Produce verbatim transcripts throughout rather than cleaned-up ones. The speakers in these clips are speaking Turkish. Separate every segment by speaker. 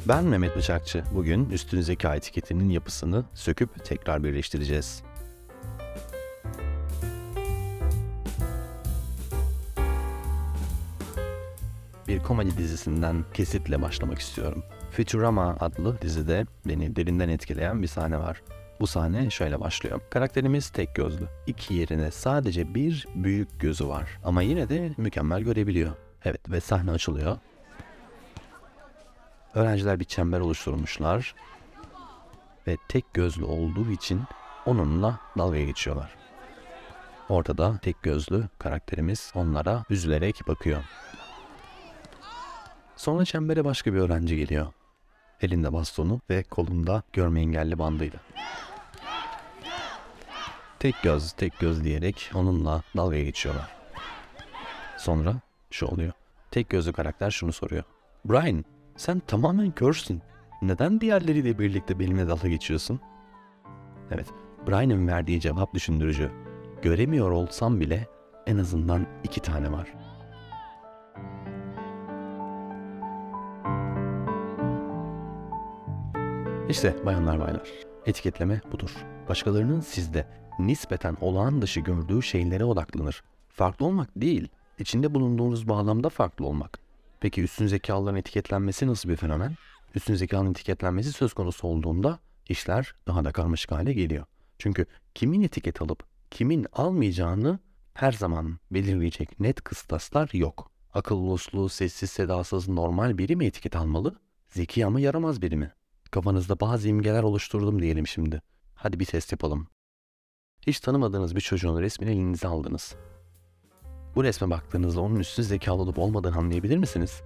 Speaker 1: Ben Mehmet Bıçakçı. Bugün üstün zeka etiketinin yapısını söküp tekrar birleştireceğiz. Bir komedi dizisinden kesitle başlamak istiyorum. Futurama adlı dizide beni derinden etkileyen bir sahne var. Bu sahne şöyle başlıyor. Karakterimiz tek gözlü. İki yerine sadece bir büyük gözü var. Ama yine de mükemmel görebiliyor. Evet ve sahne açılıyor. Öğrenciler bir çember oluşturmuşlar ve tek gözlü olduğu için onunla dalga geçiyorlar. Ortada tek gözlü karakterimiz onlara üzülerek bakıyor. Sonra çembere başka bir öğrenci geliyor. Elinde bastonu ve kolunda görme engelli bandıyla. Tek göz, tek göz diyerek onunla dalga geçiyorlar. Sonra şu oluyor. Tek gözlü karakter şunu soruyor. Brian, sen tamamen körsün. Neden diğerleriyle birlikte benimle dalga geçiyorsun? Evet, Brian'ın verdiği cevap düşündürücü. Göremiyor olsam bile en azından iki tane var. İşte bayanlar baylar, etiketleme budur. Başkalarının sizde nispeten olağan dışı gördüğü şeylere odaklanır. Farklı olmak değil, içinde bulunduğunuz bağlamda farklı olmak. Peki üstün zekalıların etiketlenmesi nasıl bir fenomen? Üstün zekanın etiketlenmesi söz konusu olduğunda işler daha da karmaşık hale geliyor. Çünkü kimin etiket alıp kimin almayacağını her zaman belirleyecek net kıstaslar yok. Akıllı uslu, sessiz sedasız normal biri mi etiket almalı? Zeki ama yaramaz biri mi? Kafanızda bazı imgeler oluşturdum diyelim şimdi. Hadi bir test yapalım. Hiç tanımadığınız bir çocuğun resmini elinize aldınız. Bu resme baktığınızda onun üstün zekalı olup olmadığını anlayabilir misiniz?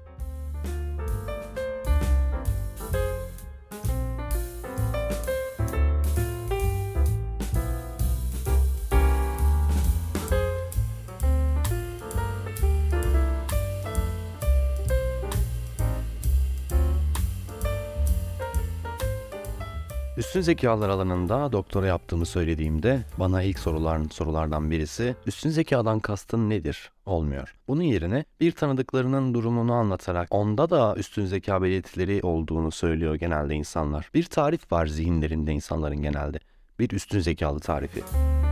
Speaker 1: Üstün zekalar alanında doktora yaptığımı söylediğimde bana ilk sorulan sorulardan birisi üstün zekadan kastın nedir olmuyor. Bunun yerine bir tanıdıklarının durumunu anlatarak onda da üstün zeka belirtileri olduğunu söylüyor genelde insanlar. Bir tarif var zihinlerinde insanların genelde. Bir üstün zekalı tarifi.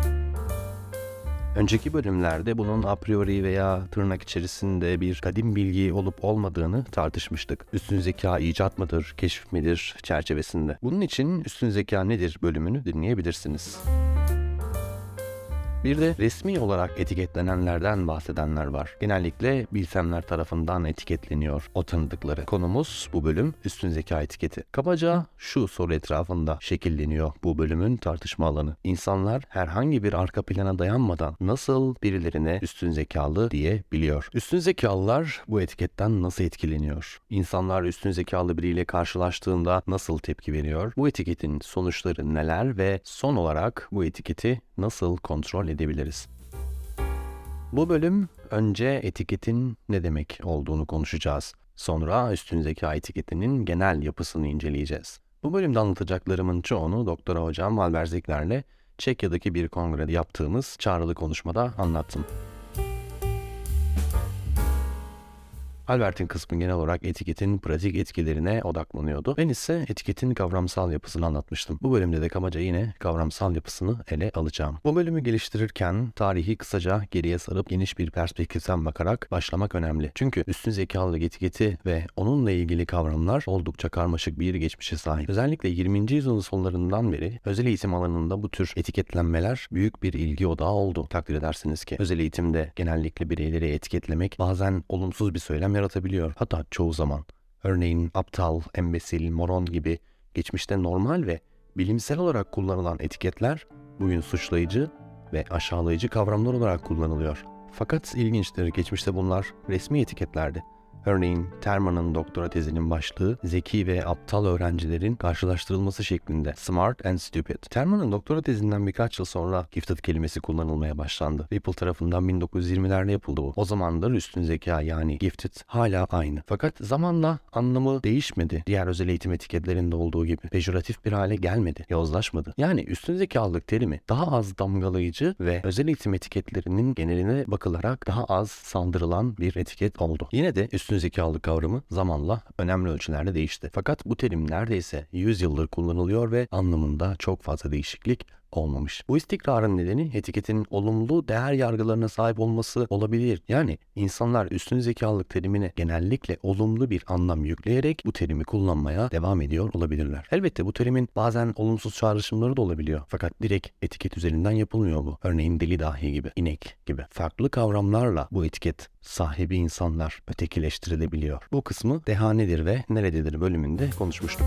Speaker 1: Önceki bölümlerde bunun a priori veya tırnak içerisinde bir kadim bilgi olup olmadığını tartışmıştık. Üstün zeka icat mıdır, keşif midir çerçevesinde. Bunun için üstün zeka nedir bölümünü dinleyebilirsiniz. Bir de resmi olarak etiketlenenlerden bahsedenler var. Genellikle bilsemler tarafından etiketleniyor o tanıdıkları. Konumuz bu bölüm üstün zeka etiketi. Kabaca şu soru etrafında şekilleniyor bu bölümün tartışma alanı. İnsanlar herhangi bir arka plana dayanmadan nasıl birilerine üstün zekalı diyebiliyor? Üstün zekalılar bu etiketten nasıl etkileniyor? İnsanlar üstün zekalı biriyle karşılaştığında nasıl tepki veriyor? Bu etiketin sonuçları neler ve son olarak bu etiketi nasıl kontrol edebiliriz? Bu bölüm önce etiketin ne demek olduğunu konuşacağız. Sonra üstün zeka etiketinin genel yapısını inceleyeceğiz. Bu bölümde anlatacaklarımın çoğunu doktora hocam Albert Zikler'le Çekya'daki bir kongrede yaptığımız çağrılı konuşmada anlattım. Albert'in kısmı genel olarak etiketin pratik etkilerine odaklanıyordu. Ben ise etiketin kavramsal yapısını anlatmıştım. Bu bölümde de kabaca yine kavramsal yapısını ele alacağım. Bu bölümü geliştirirken tarihi kısaca geriye sarıp geniş bir perspektiften bakarak başlamak önemli. Çünkü üstün zekalılık etiketi ve onunla ilgili kavramlar oldukça karmaşık bir geçmişe sahip. Özellikle yirminci yüzyılın sonlarından beri özel eğitim alanında bu tür etiketlenmeler büyük bir ilgi odağı oldu. Takdir edersiniz ki özel eğitimde genellikle bireyleri etiketlemek bazen olumsuz bir söylem yaratabiliyor. Hatta çoğu zaman. Örneğin aptal, embesil, moron gibi geçmişte normal ve bilimsel olarak kullanılan etiketler bugün suçlayıcı ve aşağılayıcı kavramlar olarak kullanılıyor. Fakat ilginçtir, geçmişte bunlar resmi etiketlerdi. Örneğin Terman'ın doktora tezinin başlığı zeki ve aptal öğrencilerin karşılaştırılması şeklinde Smart and Stupid. Terman'ın doktora tezinden birkaç yıl sonra gifted kelimesi kullanılmaya başlandı. Ripple tarafından bin dokuz yüz yirmilerde yapıldı bu. O zamandır üstün zeka yani gifted hala aynı. Fakat zamanla anlamı değişmedi. Diğer özel eğitim etiketlerinde olduğu gibi pejoratif bir hale gelmedi. Yozlaşmadı. Yani üstün zekalılık terimi daha az damgalayıcı ve özel eğitim etiketlerinin geneline bakılarak daha az saldırılan bir etiket oldu. Yine de üstün üstün zekalı kavramı zamanla önemli ölçülerde değişti. Fakat bu terim neredeyse yüz yıldır kullanılıyor ve anlamında çok fazla değişiklik olmamış. Bu istikrarın nedeni etiketin olumlu değer yargılarına sahip olması olabilir. Yani insanlar üstün zekalılık terimine genellikle olumlu bir anlam yükleyerek bu terimi kullanmaya devam ediyor olabilirler. Elbette bu terimin bazen olumsuz çağrışımları da olabiliyor. Fakat direkt etiket üzerinden yapılmıyor bu. Örneğin deli dahi gibi, inek gibi. Farklı kavramlarla bu etiket sahibi insanlar ötekileştirilebiliyor. Bu kısmı deha nedir ve nerededir bölümünde konuşmuştuk.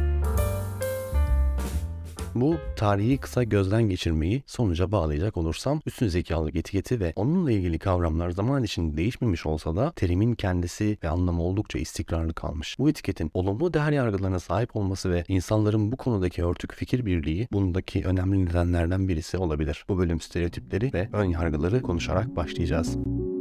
Speaker 1: Bu tarihi kısa gözden geçirmeyi sonuca bağlayacak olursam üstün zekalılık etiketi ve onunla ilgili kavramlar zaman içinde değişmemiş olsa da terimin kendisi ve anlamı oldukça istikrarlı kalmış. Bu etiketin olumlu değer yargılarına sahip olması ve insanların bu konudaki örtük fikir birliği bundaki önemli nedenlerden birisi olabilir. Bu bölüm stereotipleri ve ön yargıları konuşarak başlayacağız.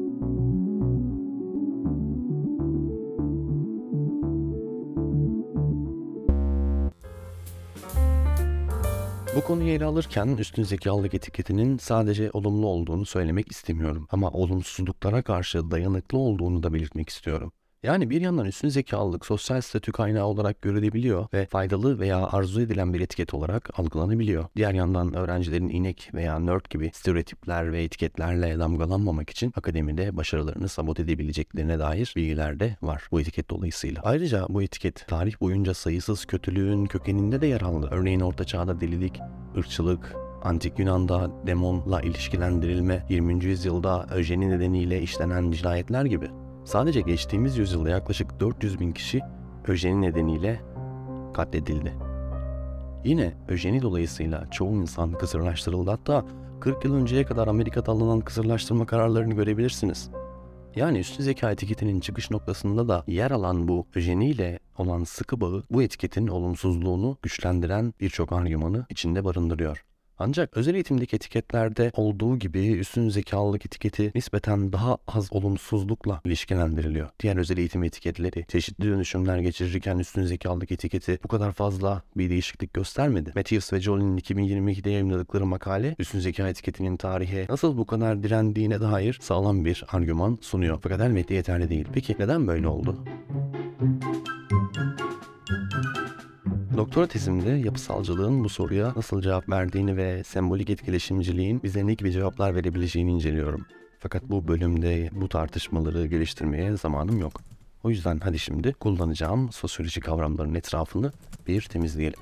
Speaker 1: Bu konuyu ele alırken üstün zekalılık etiketinin sadece olumlu olduğunu söylemek istemiyorum. Ama olumsuzluklara karşı dayanıklı olduğunu da belirtmek istiyorum. Yani bir yandan üstün zekalılık sosyal statü kaynağı olarak görülebiliyor ve faydalı veya arzu edilen bir etiket olarak algılanabiliyor. Diğer yandan öğrencilerin inek veya nerd gibi stereotipler ve etiketlerle damgalanmamak için akademide başarılarını sabote edebileceklerine dair bilgiler de var bu etiket dolayısıyla. Ayrıca bu etiket tarih boyunca sayısız kötülüğün kökeninde de yer aldı. Örneğin Orta Çağ'da delilik, ırkçılık, Antik Yunan'da demonla ilişkilendirilme, yirminci yüzyılda öjeni nedeniyle işlenen cinayetler gibi. Sadece geçtiğimiz yüzyılda yaklaşık dört yüz bin kişi öjeni nedeniyle katledildi. Yine öjeni dolayısıyla çoğu insan kısırlaştırıldı. Hatta kırk yıl önceye kadar Amerika'da alınan kısırlaştırma kararlarını görebilirsiniz. Yani üstün zeka etiketinin çıkış noktasında da yer alan bu öjeniyle olan sıkı bağı bu etiketin olumsuzluğunu güçlendiren birçok argümanı içinde barındırıyor. Ancak özel eğitimdeki etiketlerde olduğu gibi üstün zekalılık etiketi nispeten daha az olumsuzlukla ilişkilendiriliyor. Diğer özel eğitim etiketleri çeşitli dönüşümler geçirirken üstün zekalılık etiketi bu kadar fazla bir değişiklik göstermedi. Matthews ve Jolin'in iki bin yirmi ikide yayınladıkları makale üstün zeka etiketinin tarihe nasıl bu kadar direndiğine dair sağlam bir argüman sunuyor. Fakat elbette yeterli değil. Peki neden böyle oldu? Doktora tezimde yapısalcılığın bu soruya nasıl cevap verdiğini ve sembolik etkileşimciliğin bize ne gibi cevaplar verebileceğini inceliyorum. Fakat bu bölümde bu tartışmaları geliştirmeye zamanım yok. O yüzden hadi şimdi kullanacağım sosyoloji kavramlarının etrafını bir temizleyelim.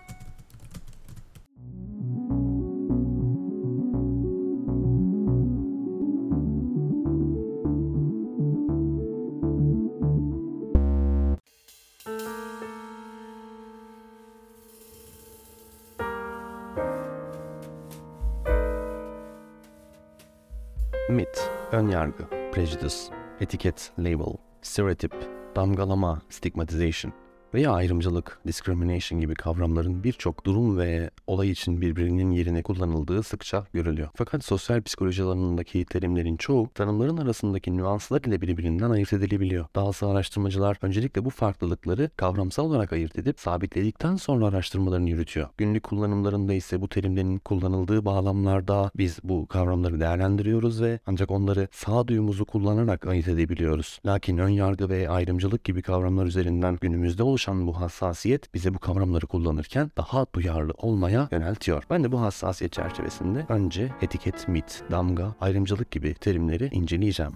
Speaker 1: Mit, önyargı, prejudice, etiket, label, stereotip, damgalama, stigmatization veya ayrımcılık, discrimination gibi kavramların birçok durum ve olay için birbirinin yerine kullanıldığı sıkça görülüyor. Fakat sosyal psikoloji alanındaki terimlerin çoğu tanımların arasındaki nüanslar ile birbirinden ayırt edilebiliyor. Bazı araştırmacılar öncelikle bu farklılıkları kavramsal olarak ayırt edip sabitledikten sonra araştırmalarını yürütüyor. Günlük kullanımlarında ise bu terimlerin kullanıldığı bağlamlarda biz bu kavramları değerlendiriyoruz ve ancak onları sağduyumuzu kullanarak ayırt edebiliyoruz. Lakin önyargı ve ayrımcılık gibi kavramlar üzerinden günümüzde oluşan bu hassasiyet bize bu kavramları kullanırken daha duyarlı olmaya yöneltiyor. Ben de bu hassasiyet çerçevesinde önce etiket, mit, damga, ayrımcılık gibi terimleri inceleyeceğim.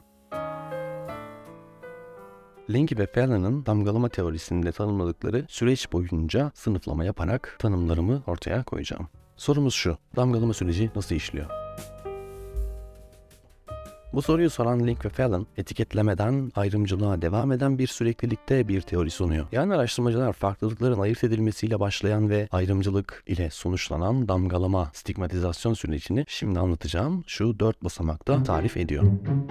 Speaker 1: Linke ve Fallon'ın damgalama teorisinde tanımladıkları süreç boyunca sınıflama yaparak tanımlarımı ortaya koyacağım. Sorumuz şu: damgalama süreci nasıl işliyor? Bu soruyu soran Linke ve Fallon, etiketlemeden ayrımcılığa devam eden bir süreklilikte bir teori sunuyor. Yani araştırmacılar farklılıkların ayırt edilmesiyle başlayan ve ayrımcılık ile sonuçlanan damgalama, stigmatizasyon sürecini şimdi anlatacağım şu dört basamakta tarif ediyor.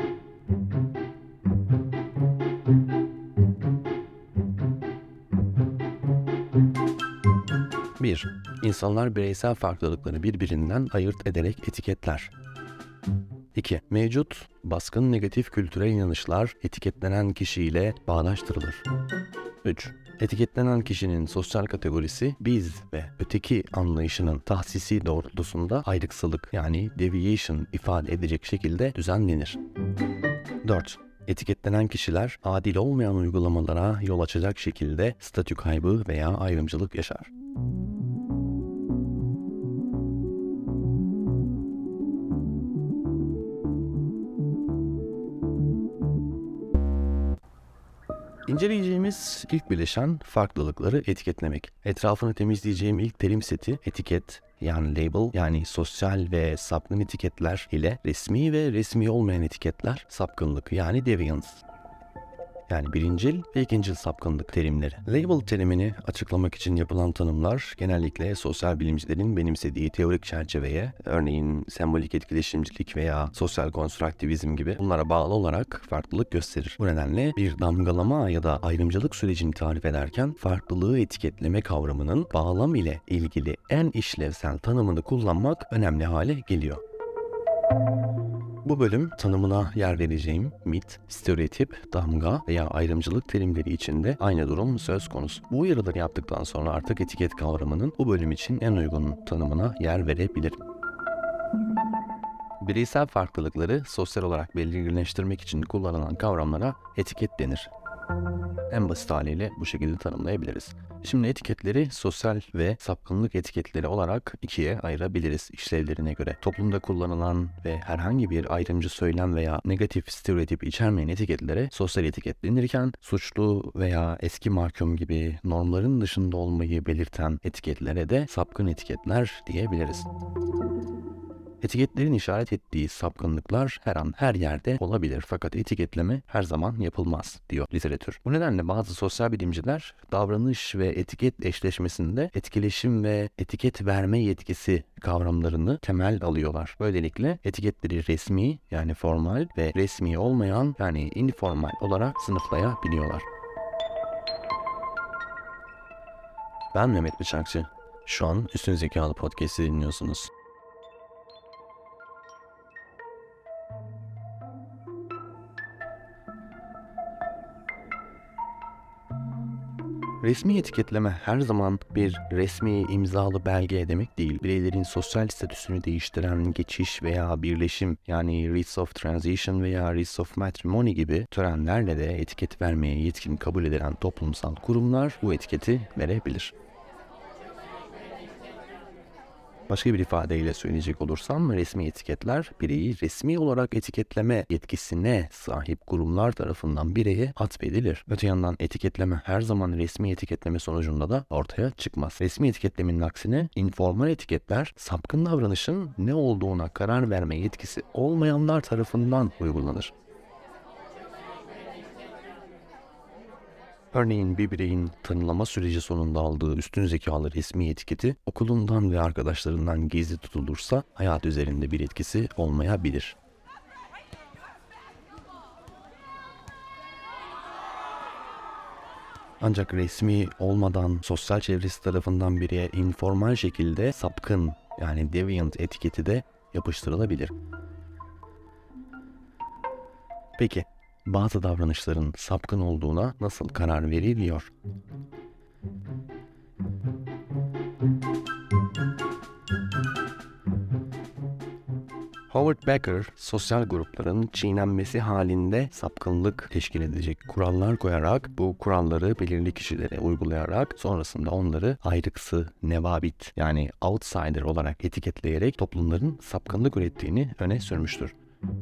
Speaker 1: bir. İnsanlar bireysel farklılıkları birbirinden ayırt ederek etiketler. iki. Mevcut baskın negatif kültürel inanışlar etiketlenen kişiyle bağdaştırılır. üç. Etiketlenen kişinin sosyal kategorisi biz ve öteki anlayışının tahsisi doğrultusunda ayrıksalık yani deviation ifade edecek şekilde düzenlenir. dört. etiketlenen kişiler adil olmayan uygulamalara yol açacak şekilde statü kaybı veya ayrımcılık yaşar. İnceleyeceğimiz ilk bileşen farklılıkları etiketlemek. Etrafını temizleyeceğim ilk terim seti etiket, yani label, yani sosyal ve sapkın etiketler ile resmi ve resmi olmayan etiketler, sapkınlık yani deviance. Yani birincil ve ikincil sapkınlık terimleri. Label terimini açıklamak için yapılan tanımlar genellikle sosyal bilimcilerin benimsediği teorik çerçeveye, örneğin sembolik etkileşimcilik veya sosyal konstruktivizm gibi bunlara bağlı olarak farklılık gösterir. Bu nedenle bir damgalama ya da ayrımcılık sürecini tarif ederken farklılığı etiketleme kavramının bağlam ile ilgili en işlevsel tanımını kullanmak önemli hale geliyor. Bu bölüm tanımına yer vereceğim mit, stereotip, damga veya ayrımcılık terimleri içinde aynı durum söz konusu. Bu uyarıları yaptıktan sonra artık etiket kavramının bu bölüm için en uygun tanımına yer verebilirim. Bireysel farklılıkları sosyal olarak belirginleştirmek için kullanılan kavramlara etiket denir. En basit haliyle bu şekilde tanımlayabiliriz. Şimdi etiketleri sosyal ve sapkınlık etiketleri olarak ikiye ayırabiliriz işlevlerine göre. Toplumda kullanılan ve herhangi bir ayrımcı söylem veya negatif stereotip içermeyen etiketlere sosyal etiket denirken, suçlu veya eski mahkum gibi normların dışında olmayı belirten etiketlere de sapkın etiketler diyebiliriz. Etiketlerin işaret ettiği sapkınlıklar her an her yerde olabilir fakat etiketleme her zaman yapılmaz diyor literatür. Bu nedenle bazı sosyal bilimciler davranış ve etiket eşleşmesinde etkileşim ve etiket verme yetkisi kavramlarını temel alıyorlar. Böylelikle etiketleri resmi yani formal ve resmi olmayan yani informal olarak sınıflayabiliyorlar. Ben Mehmet Bıçakçı. Şu an Üstün Zekalı Podcast'ı dinliyorsunuz. Resmi etiketleme her zaman bir resmi imzalı belge demek değil. Bireylerin sosyal statüsünü değiştiren geçiş veya birleşim yani rites of transition veya rites of matrimony gibi törenlerle de etiket vermeye yetkin kabul edilen toplumsal kurumlar bu etiketi verebilir. Başka bir ifadeyle söyleyecek olursam resmi etiketler bireyi resmi olarak etiketleme yetkisine sahip kurumlar tarafından bireye atfedilir. Öte yandan etiketleme her zaman resmi etiketleme sonucunda da ortaya çıkmaz. Resmi etiketlemenin aksine informal etiketler sapkın davranışın ne olduğuna karar verme yetkisi olmayanlar tarafından uygulanır. Örneğin bir bireyin tanımlama süreci sonunda aldığı üstün zekalı resmi etiketi okulundan ve arkadaşlarından gizli tutulursa hayat üzerinde bir etkisi olmayabilir. Ancak resmi olmadan sosyal çevresi tarafından bireye informal şekilde sapkın yani deviant etiketi de yapıştırılabilir. Peki, bazı davranışların sapkın olduğuna nasıl karar veriliyor? Howard Becker, sosyal grupların çiğnenmesi halinde sapkınlık teşkil edecek kurallar koyarak, bu kuralları belirli kişilere uygulayarak, sonrasında onları ayrıksı, nevabit yani outsider olarak etiketleyerek toplumların sapkınlık ürettiğini öne sürmüştür.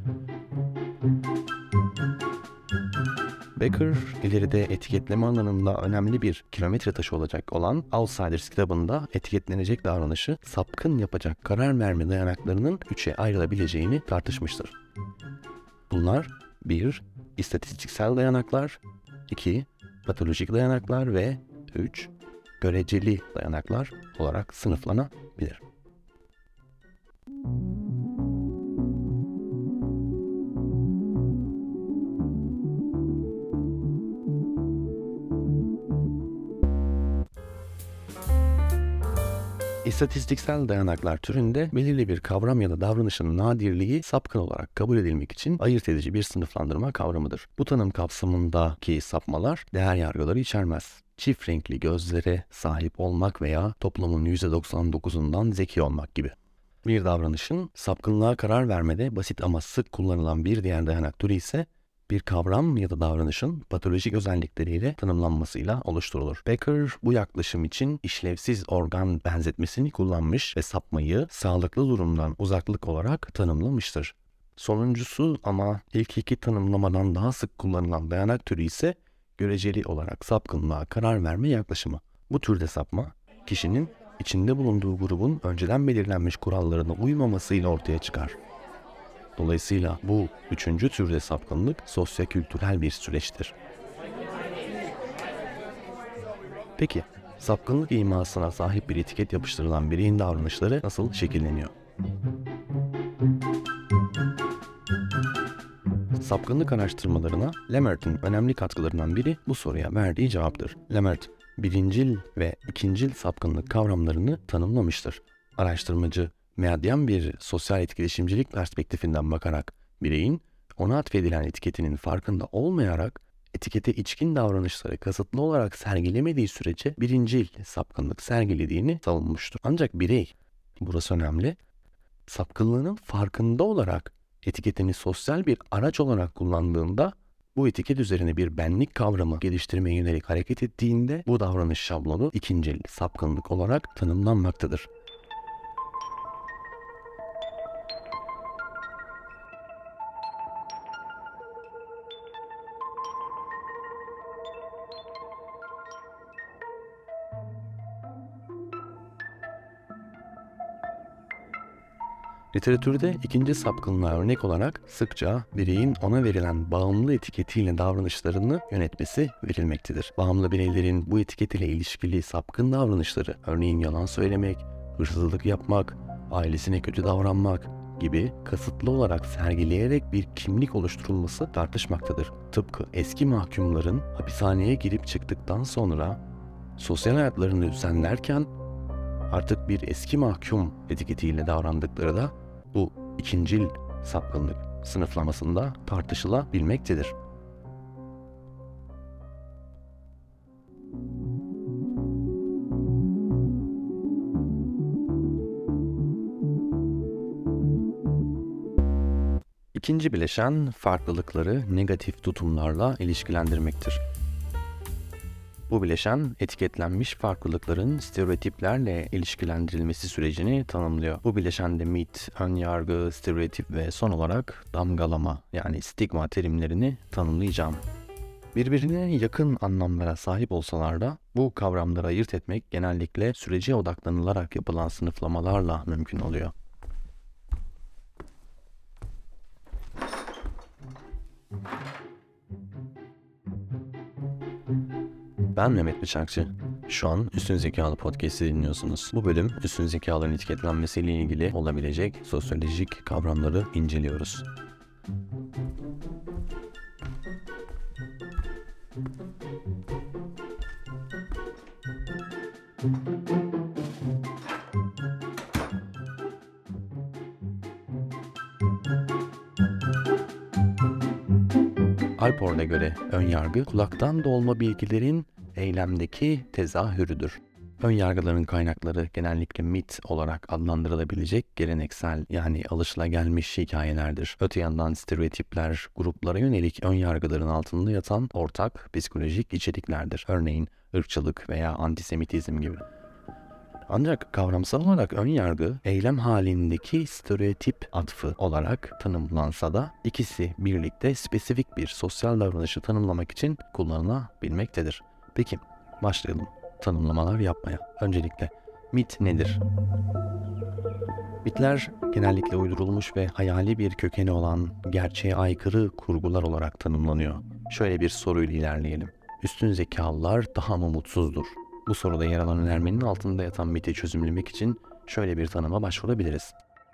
Speaker 1: Becker, ileride etiketleme alanında önemli bir kilometre taşı olacak olan Outsiders kitabında etiketlenecek davranışı sapkın yapacak karar verme dayanaklarının üçe ayrılabileceğini tartışmıştır. Bunlar bir istatistiksel dayanaklar, iki patolojik dayanaklar ve üç göreceli dayanaklar olarak sınıflanabilir. İstatistiksel dayanaklar türünde belirli bir kavram ya da davranışın nadirliği sapkın olarak kabul edilmek için ayırt edici bir sınıflandırma kavramıdır. Bu tanım kapsamındaki sapmalar değer yargıları içermez. Çift renkli gözlere sahip olmak veya toplumun yüzde doksan dokuzundan zeki olmak gibi. Bir davranışın sapkınlığa karar vermede basit ama sık kullanılan bir diğer dayanak türü ise bir kavram ya da davranışın patolojik özellikleriyle tanımlanmasıyla oluşturulur. Becker bu yaklaşım için işlevsiz organ benzetmesini kullanmış ve sapmayı sağlıklı durumdan uzaklık olarak tanımlamıştır. Sonuncusu ama ilk iki tanımlamadan daha sık kullanılan dayanak türü ise göreceli olarak sapkınlığa karar verme yaklaşımı. Bu türde sapma, kişinin içinde bulunduğu grubun önceden belirlenmiş kurallarına uymamasıyla ortaya çıkar. Dolayısıyla bu üçüncü türde sapkınlık sosyokültürel bir süreçtir. Peki, sapkınlık imasına sahip bir etiket yapıştırılan bireyin davranışları nasıl şekilleniyor? Sapkınlık araştırmalarına Lemaire'in önemli katkılarından biri bu soruya verdiği cevaptır. Lemaire, birincil ve ikincil sapkınlık kavramlarını tanımlamıştır. Araştırmacı, medyan bir sosyal etkileşimcilik perspektifinden bakarak bireyin ona atfedilen etiketinin farkında olmayarak etikete içkin davranışları kasıtlı olarak sergilemediği sürece birincil sapkınlık sergilediğini savunmuştur. Ancak birey, burası önemli, sapkınlığının farkında olarak etiketini sosyal bir araç olarak kullandığında, bu etiket üzerine bir benlik kavramı geliştirmeye yönelik hareket ettiğinde bu davranış şablonu ikincil sapkınlık olarak tanımlanmaktadır. Literatürde ikinci sapkınlığa örnek olarak sıkça bireyin ona verilen bağımlı etiketiyle davranışlarını yönetmesi verilmektedir. Bağımlı bireylerin bu etiket ile ilişkili sapkın davranışları, örneğin yalan söylemek, hırsızlık yapmak, ailesine kötü davranmak gibi kasıtlı olarak sergileyerek bir kimlik oluşturulması tartışmaktadır. Tıpkı eski mahkumların hapishaneye girip çıktıktan sonra sosyal hayatlarını düzenlerken artık bir eski mahkum etiketiyle davrandıkları da bu ikincil sapkınlık sınıflamasında tartışılabilmektedir. İkinci bileşen farklılıkları negatif tutumlarla ilişkilendirmektir. Bu bileşen etiketlenmiş farklılıkların stereotiplerle ilişkilendirilmesi sürecini tanımlıyor. Bu bileşende mit, önyargı, stereotip ve son olarak damgalama yani stigma terimlerini tanımlayacağım. Birbirine yakın anlamlara sahip olsalar da bu kavramları ayırt etmek genellikle sürece odaklanılarak yapılan sınıflamalarla mümkün oluyor. Ben Mehmet Bıçakçı. Şu an Üstün Zekalı Podcast'i dinliyorsunuz. Bu bölüm üstün zekaların etiketlenmesiyle ilgili olabilecek sosyolojik kavramları inceliyoruz. Alport'a göre önyargı, kulaktan dolma bilgilerin eylemdeki tezahürüdür. Önyargıların kaynakları genellikle mit olarak adlandırılabilecek geleneksel yani alışılagelmiş hikayelerdir. Öte yandan stereotipler, gruplara yönelik önyargıların altında yatan ortak psikolojik içeriklerdir. Örneğin ırkçılık veya antisemitizm gibi. Ancak kavramsal olarak önyargı, eylem halindeki stereotip atfı olarak tanımlansa da ikisi birlikte spesifik bir sosyal davranışı tanımlamak için kullanılabilmektedir. Peki, başlayalım tanımlamalar yapmaya. Öncelikle mit nedir? Mitler genellikle uydurulmuş ve hayali bir kökeni olan gerçeğe aykırı kurgular olarak tanımlanıyor. Şöyle bir soruyla ilerleyelim. Üstün zekalılar daha mı mutsuzdur? Bu soruda yer alan önermenin altında yatan miti çözümlemek için şöyle bir tanıma başvurabiliriz.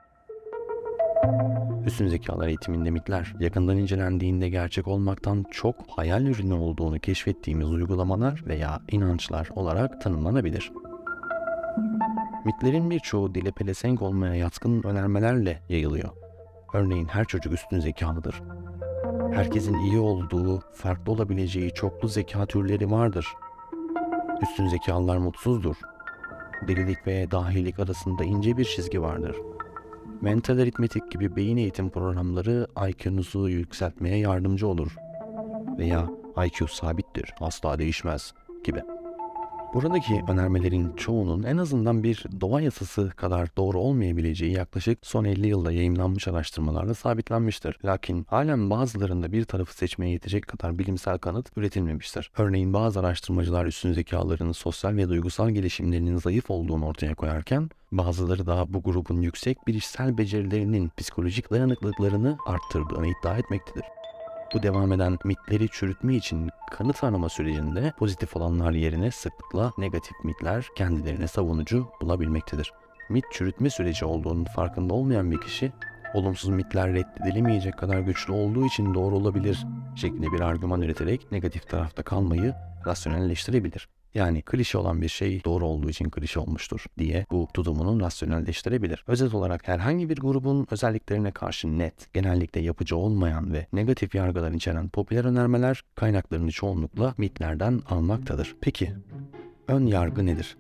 Speaker 1: Üstün zekalar eğitiminde mitler, yakından incelendiğinde gerçek olmaktan çok hayal ürünü olduğunu keşfettiğimiz uygulamalar veya inançlar olarak tanımlanabilir. Mitlerin birçoğu dile pelesenk olmaya yatkın önermelerle yayılıyor. Örneğin her çocuk üstün zekalıdır. Herkesin iyi olduğu, farklı olabileceği çoklu zeka türleri vardır. Üstün zekalılar mutsuzdur. Delilik ve dahilik arasında ince bir çizgi vardır. mental aritmetik gibi beyin eğitim programları I Q'nuzu yükseltmeye yardımcı olur. Veya I Q sabittir, asla değişmez gibi. Buradaki önermelerin çoğunun en azından bir doğa yasası kadar doğru olmayabileceği yaklaşık son elli yılda yayımlanmış araştırmalarla sabitlenmiştir. Lakin halen bazılarında bir tarafı seçmeye yetecek kadar bilimsel kanıt üretilmemiştir. Örneğin bazı araştırmacılar üstün zekaların sosyal ve duygusal gelişimlerinin zayıf olduğunu ortaya koyarken, bazıları da bu grubun yüksek bilişsel becerilerinin psikolojik dayanıklılıklarını arttırdığını iddia etmektedir. Bu devam eden mitleri çürütme için kanıt arama sürecinde pozitif olanlar yerine sıklıkla negatif mitler kendilerine savunucu bulabilmektedir. Mit çürütme süreci olduğunun farkında olmayan bir kişi, olumsuz mitler reddedilemeyecek kadar güçlü olduğu için doğru olabilir şeklinde bir argüman üreterek negatif tarafta kalmayı rasyonelleştirebilir. Yani klişe olan bir şey doğru olduğu için klişe olmuştur diye bu tutumunu rasyonelleştirebilir. Özet olarak herhangi bir grubun özelliklerine karşı net, genellikle yapıcı olmayan ve negatif yargılar içeren popüler önermeler kaynaklarını çoğunlukla mitlerden almaktadır. Peki, ön yargı nedir?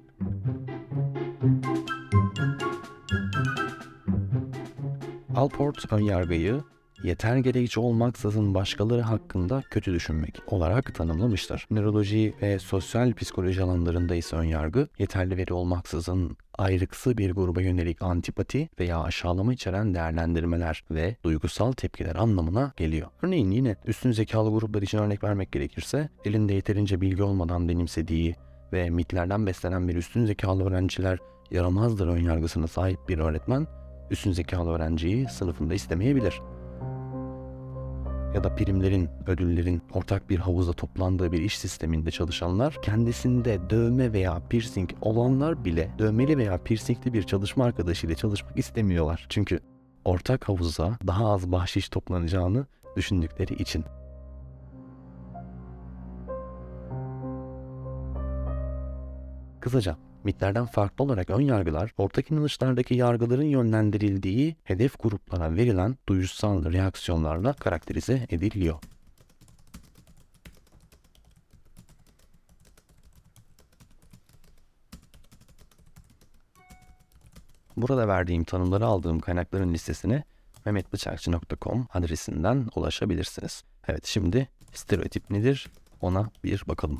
Speaker 1: Alport ön yargıyı yeter gerekçe olmaksızın başkaları hakkında kötü düşünmek olarak tanımlamıştır. Nöroloji ve sosyal psikoloji alanlarında ise önyargı, yeterli veri olmaksızın ayrıksı bir gruba yönelik antipati veya aşağılama içeren değerlendirmeler ve duygusal tepkiler anlamına geliyor. Örneğin yine üstün zekalı gruplar için örnek vermek gerekirse, elinde yeterince bilgi olmadan benimsediği ve mitlerden beslenen bir üstün zekalı öğrenciler yaramazdır önyargısına sahip bir öğretmen, üstün zekalı öğrenciyi sınıfında istemeyebilir. Ya da primlerin, ödüllerin ortak bir havuzda toplandığı bir iş sisteminde çalışanlar, kendisinde dövme veya piercing olanlar bile dövmeli veya piercingli bir çalışma arkadaşıyla çalışmak istemiyorlar. Çünkü ortak havuza daha az bahşiş toplanacağını düşündükleri için. Kısaca, mitlerden farklı olarak ön yargılar, ortak inanışlardaki yargıların yönlendirildiği hedef gruplara verilen duyusal reaksiyonlarla karakterize ediliyor. Burada verdiğim tanımları aldığım kaynakların listesine mehmet bıçakçı nokta com adresinden ulaşabilirsiniz. Evet, şimdi stereotip nedir? Ona bir bakalım.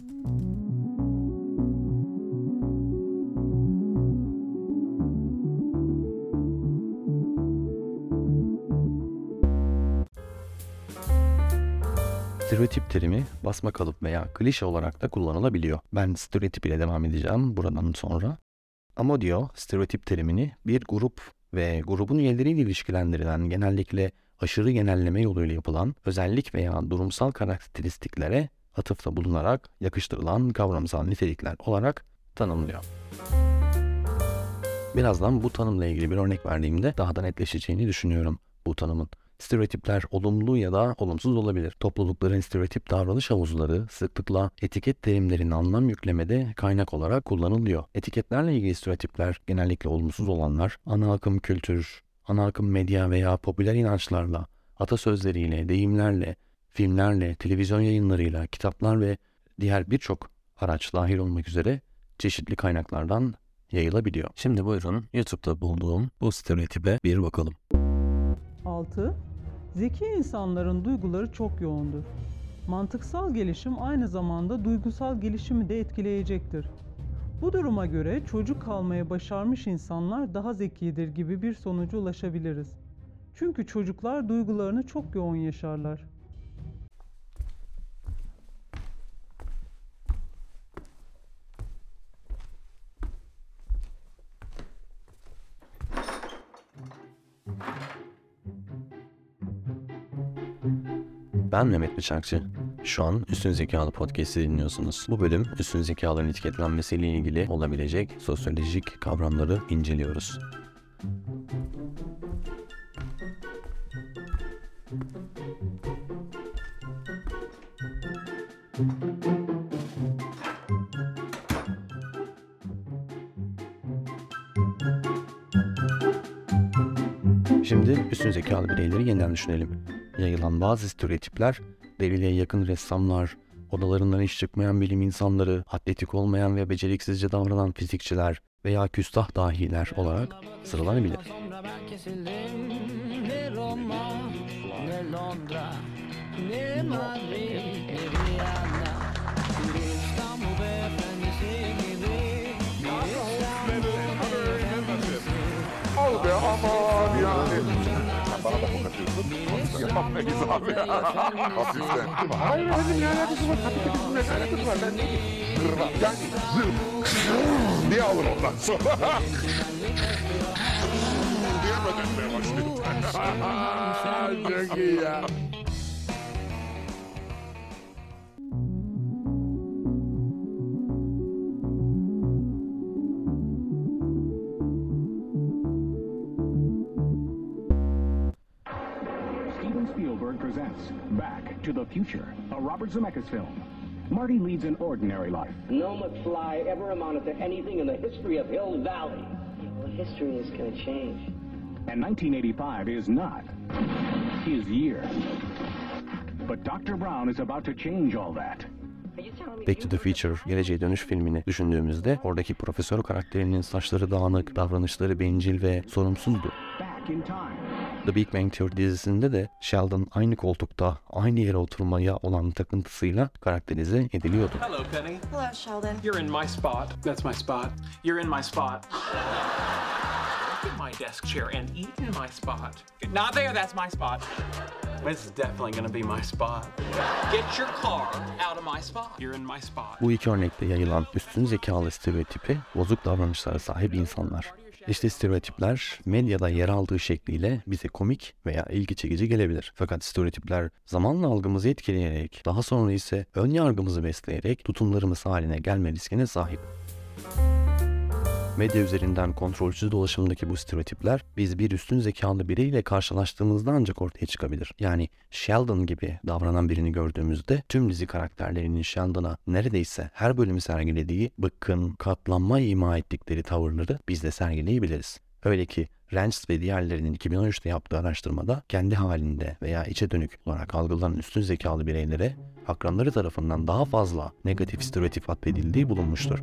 Speaker 1: Stereotip terimi basmakalıp veya klişe olarak da kullanılabiliyor. Ben stereotip ile devam edeceğim buradan sonra. Amodio, stereotip terimini bir grup ve grubun üyeleriyle ilişkilendirilen, genellikle aşırı genelleme yoluyla yapılan özellik veya durumsal karakteristiklere atıfta bulunarak yakıştırılan kavramsal nitelikler olarak tanımlıyor. Birazdan bu tanımla ilgili bir örnek verdiğimde daha da netleşeceğini düşünüyorum bu tanımın. Stereotipler olumlu ya da olumsuz olabilir. Toplulukların stereotip davranış havuzları sıklıkla etiket terimlerinin anlam yüklemede kaynak olarak kullanılıyor. Etiketlerle ilgili stereotipler genellikle olumsuz olanlar, ana akım kültür, ana akım medya veya popüler inançlarla, atasözleriyle, deyimlerle, filmlerle, televizyon yayınlarıyla, kitaplar ve diğer birçok araç dahil olmak üzere çeşitli kaynaklardan yayılabiliyor. Şimdi buyurun YouTube'da bulduğum bu stereotipe bir bakalım.
Speaker 2: altı. Zeki insanların duyguları çok yoğundur. Mantıksal gelişim aynı zamanda duygusal gelişimi de etkileyecektir. Bu duruma göre çocuk kalmayı başarmış insanlar daha zekidir gibi bir sonuca ulaşabiliriz. Çünkü çocuklar duygularını çok yoğun yaşarlar.
Speaker 1: Ben Mehmet Bıçakçı. Şu an Üstün Zekalı Podcast'i dinliyorsunuz. Bu bölüm üstün zekaların etiketlenmesiyle ilgili olabilecek sosyolojik kavramları inceliyoruz. Şimdi üstün zekalı bireyleri yeniden düşünelim. Yayılan bazı stereotipler, deliliğe yakın ressamlar, odalarından hiç çıkmayan bilim insanları, atletik olmayan ve beceriksizce davranan fizikçiler, veya küstah dahiler olarak sıralanabilir.
Speaker 3: Sonra ben kesildim. Ne Roma, ne Londra, ne Madrid, ne Viyana. Bir İstanbul beyefendisi gibi. Bir İstanbul beyefendisi.
Speaker 4: Al be aman yani. Sen bana da bakıyorsun. Yapamayız abi. Hafiften. Hayır abicim ne alakası var? Tabii ki bizim ne alakası var? Ben gırla. Yani zır. Diye alır ondan sonra. Diyemeden de başlıyor. Çok iyi ya.
Speaker 5: Steven Spielberg presents Back to the Future, a Robert Zemeckis film. Marty leads an ordinary life.
Speaker 6: No McFly ever amounted to anything in the history of Hill Valley. Well, history is going to change.
Speaker 5: And nineteen eighty-five is not his year. But Doctor Brown is about to change all that.
Speaker 6: Are you telling me
Speaker 1: Back to the Future, Geleceğe Dönüş filmini düşündüğümüzde oradaki profesör karakterinin saçları dağınık, davranışları bencil ve sorumsuzdu.
Speaker 5: Back in time.
Speaker 1: The Big Bang Theory dizisinde de Sheldon aynı koltukta, aynı yere oturmaya olan takıntısıyla karakterize ediliyordu.
Speaker 7: Hello, Penny.
Speaker 8: Hello, Sheldon.
Speaker 7: You're in my spot. That's my spot. You're in my spot. Look at my desk chair and eat in my spot. Not there, that's my spot. This is definitely gonna be my spot. Get your car out of my spot. You're in my spot.
Speaker 1: Bu iki örnekte yayılan üstün zekalı stereotipi bozuk davranışlara sahip insanlar. İşte stereotipler medyada yer aldığı şekliyle bize komik veya ilgi çekici gelebilir. Fakat stereotipler zamanla algımızı etkileyerek, daha sonra ise ön yargımızı besleyerek tutumlarımız haline gelme riskine sahip. Medya üzerinden kontrolsüz dolaşımdaki bu stereotipler biz bir üstün zekalı biriyle karşılaştığımızda ancak ortaya çıkabilir. Yani Sheldon gibi davranan birini gördüğümüzde tüm dizi karakterlerinin Sheldon'a neredeyse her bölümü sergilediği bıkkın, katlanma ima ettikleri tavırları biz de sergileyebiliriz. Öyle ki Ranch ve diğerlerinin iki bin on üçte yaptığı araştırmada kendi halinde veya içe dönük olarak algılanan üstün zekalı bireylere akranları tarafından daha fazla negatif stereotip atfedildiği bulunmuştur.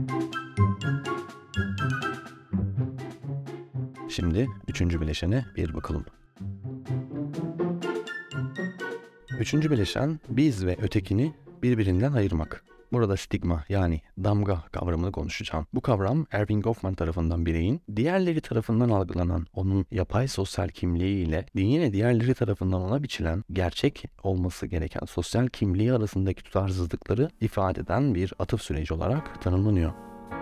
Speaker 1: Şimdi üçüncü bileşene bir bakalım. Üçüncü bileşen biz ve ötekini birbirinden ayırmak. Burada stigma yani damga kavramını konuşacağım. Bu kavram Erving Goffman tarafından bireyin diğerleri tarafından algılanan onun yapay sosyal kimliği ile yine diğerleri tarafından ona biçilen gerçek olması gereken sosyal kimliği arasındaki tutarsızlıkları ifade eden bir atıf süreci olarak tanımlanıyor.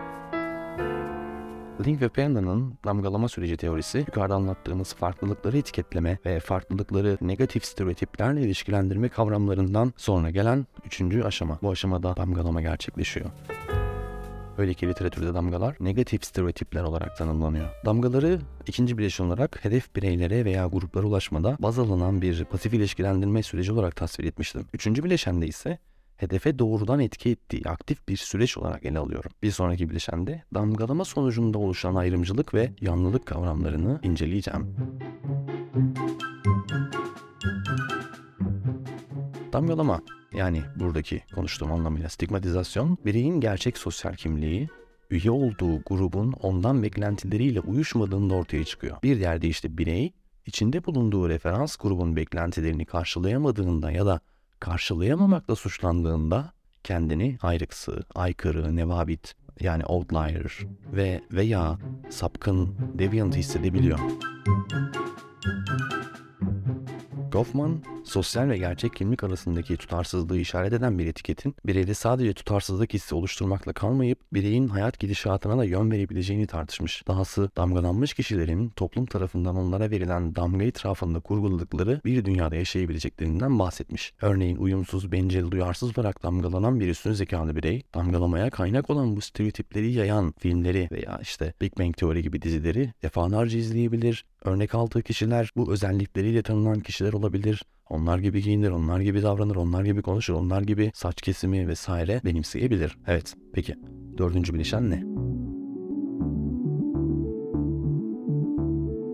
Speaker 1: Link ve Panda'nın damgalama süreci teorisi, yukarıda anlattığımız farklılıkları etiketleme ve farklılıkları negatif stereotiplerle ilişkilendirme kavramlarından sonra gelen üçüncü aşama. Bu aşamada damgalama gerçekleşiyor. Öyle ki literatürde damgalar negatif stereotipler olarak tanımlanıyor. Damgaları ikinci bileşen olarak hedef bireylere veya gruplara ulaşmada baz alınan bir pasif ilişkilendirme süreci olarak tasvir etmiştim. Üçüncü bileşende ise hedefe doğrudan etki ettiği aktif bir süreç olarak ele alıyorum. Bir sonraki bileşende damgalama sonucunda oluşan ayrımcılık ve yanlılık kavramlarını inceleyeceğim. Damgalama, yani buradaki konuştuğum anlamıyla stigmatizasyon, bireyin gerçek sosyal kimliği, üye olduğu grubun ondan beklentileriyle uyuşmadığında ortaya çıkıyor. Bir diğer deyişle birey, içinde bulunduğu referans grubun beklentilerini karşılayamadığında ya da karşılayamamakla suçlandığında kendini ayrıksı, aykırı, nevabit yani outlier ve veya sapkın, deviant hissedebiliyor. Goffman, sosyal ve gerçek kimlik arasındaki tutarsızlığı işaret eden bir etiketin bireyde sadece tutarsızlık hissi oluşturmakla kalmayıp bireyin hayat gidişatına da yön verebileceğini tartışmış. Dahası damgalanmış kişilerin toplum tarafından onlara verilen damga etrafında kurguladıkları bir dünyada yaşayabileceklerinden bahsetmiş. Örneğin uyumsuz, bencil, duyarsız olarak damgalanan bir üstün zekalı birey, damgalamaya kaynak olan bu stereotipleri yayan filmleri veya işte Big Bang Theory gibi dizileri defalarca izleyebilir. Örnek aldığı kişiler bu özellikleriyle tanınan kişiler olabilir. Onlar gibi giyinir, onlar gibi davranır, onlar gibi konuşur, onlar gibi saç kesimi vesaire benimseyebilir. Evet, peki dördüncü bileşen ne?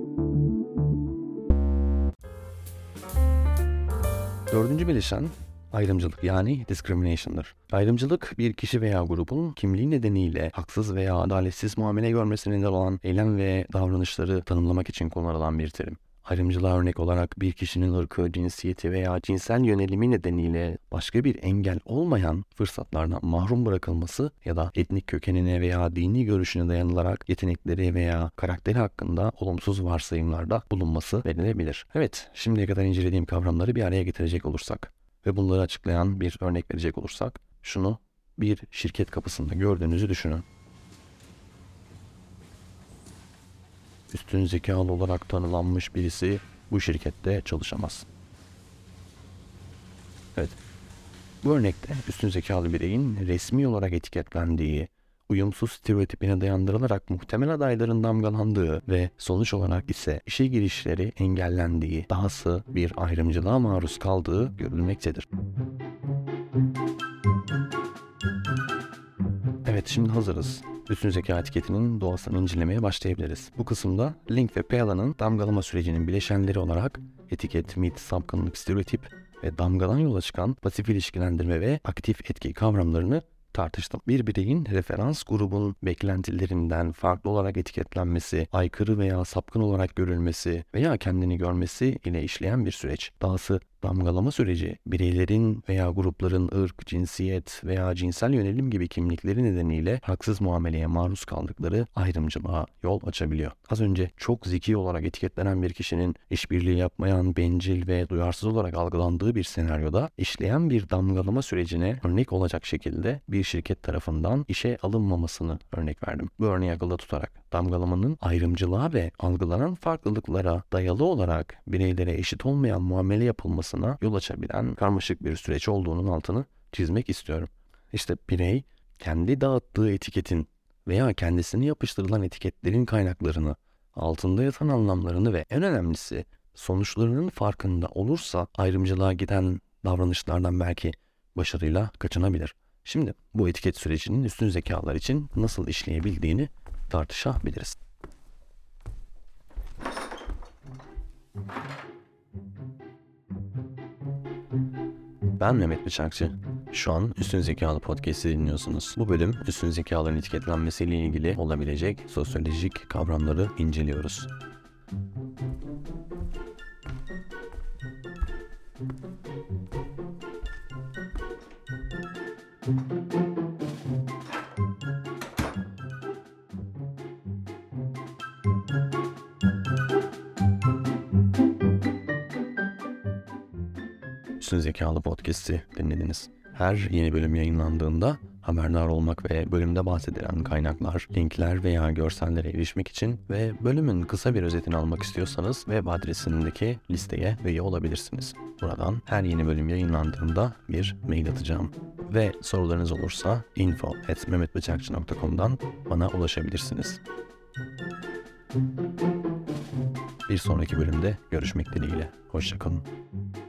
Speaker 1: Dördüncü bileşen ayrımcılık yani discrimination'dır. Ayrımcılık bir kişi veya grubun kimliği nedeniyle haksız veya adaletsiz muamele görmesine neden olan eylem ve davranışları tanımlamak için kullanılan bir terim. Ayrımcılığa örnek olarak bir kişinin ırkı, cinsiyeti veya cinsel yönelimi nedeniyle başka bir engel olmayan fırsatlardan mahrum bırakılması ya da etnik kökenine veya dini görüşüne dayanılarak yetenekleri veya karakteri hakkında olumsuz varsayımlarda bulunması verilebilir. Evet, şimdiye kadar incelediğim kavramları bir araya getirecek olursak ve bunları açıklayan bir örnek verecek olursak, şunu bir şirket kapısında gördüğünüzü düşünün. Üstün zekalı olarak tanılanmış birisi bu şirkette çalışamaz. Evet, bu örnekte üstün zekalı bireyin resmi olarak etiketlendiği, uyumsuz stereotipine dayandırılarak muhtemel adayların damgalandığı ve sonuç olarak ise işe girişleri engellendiği, dahası bir ayrımcılığa maruz kaldığı görülmektedir. Evet, şimdi hazırız. Üstün zeka etiketinin doğasını incelemeye başlayabiliriz. Bu kısımda Link ve Peala'nın damgalama sürecinin bileşenleri olarak etiket, mit, sapkınlık, stereotip ve damgadan yola çıkan pasif ilişkilendirme ve aktif etki kavramlarını tartıştım. Bir bireyin referans grubun beklentilerinden farklı olarak etiketlenmesi, aykırı veya sapkın olarak görülmesi veya kendini görmesi ile işleyen bir süreç. Dahası damgalama süreci, bireylerin veya grupların ırk, cinsiyet veya cinsel yönelim gibi kimlikleri nedeniyle haksız muameleye maruz kaldıkları ayrımcılığa yol açabiliyor. Az önce çok zeki olarak etiketlenen bir kişinin işbirliği yapmayan, bencil ve duyarsız olarak algılandığı bir senaryoda işleyen bir damgalama sürecine örnek olacak şekilde bir şirket tarafından işe alınmamasını örnek verdim. Bu örneği akılda tutarak damgalamanın ayrımcılığa ve algılanan farklılıklara dayalı olarak bireylere eşit olmayan muamele yapılmasına yol açabilen karmaşık bir süreç olduğunun altını çizmek istiyorum. İşte birey kendi dağıttığı etiketin veya kendisine yapıştırılan etiketlerin kaynaklarını, altında yatan anlamlarını ve en önemlisi sonuçlarının farkında olursa ayrımcılığa giden davranışlardan belki başarıyla kaçınabilir. Şimdi bu etiket sürecinin üstün zekalar için nasıl işleyebildiğini tartışabiliriz. Ben Mehmet Bıçakçı. Şu an Üstün Zekalı Podcast'i dinliyorsunuz. Bu bölüm üstün zekaların etiketlenmesiyle ilgili olabilecek sosyolojik kavramları inceliyoruz. Üstün Zekalı Podcast'i dinlediniz. Her yeni bölüm yayınlandığında haberdar olmak ve bölümde bahsedilen kaynaklar, linkler veya görsellere erişmek için ve bölümün kısa bir özetini almak istiyorsanız web adresindeki listeye üye olabilirsiniz. Buradan her yeni bölüm yayınlandığında bir mail atacağım. Ve sorularınız olursa info at mehmetbıçakçı nokta com'dan bana ulaşabilirsiniz. Bir sonraki bölümde görüşmek dileğiyle. Hoşça kalın.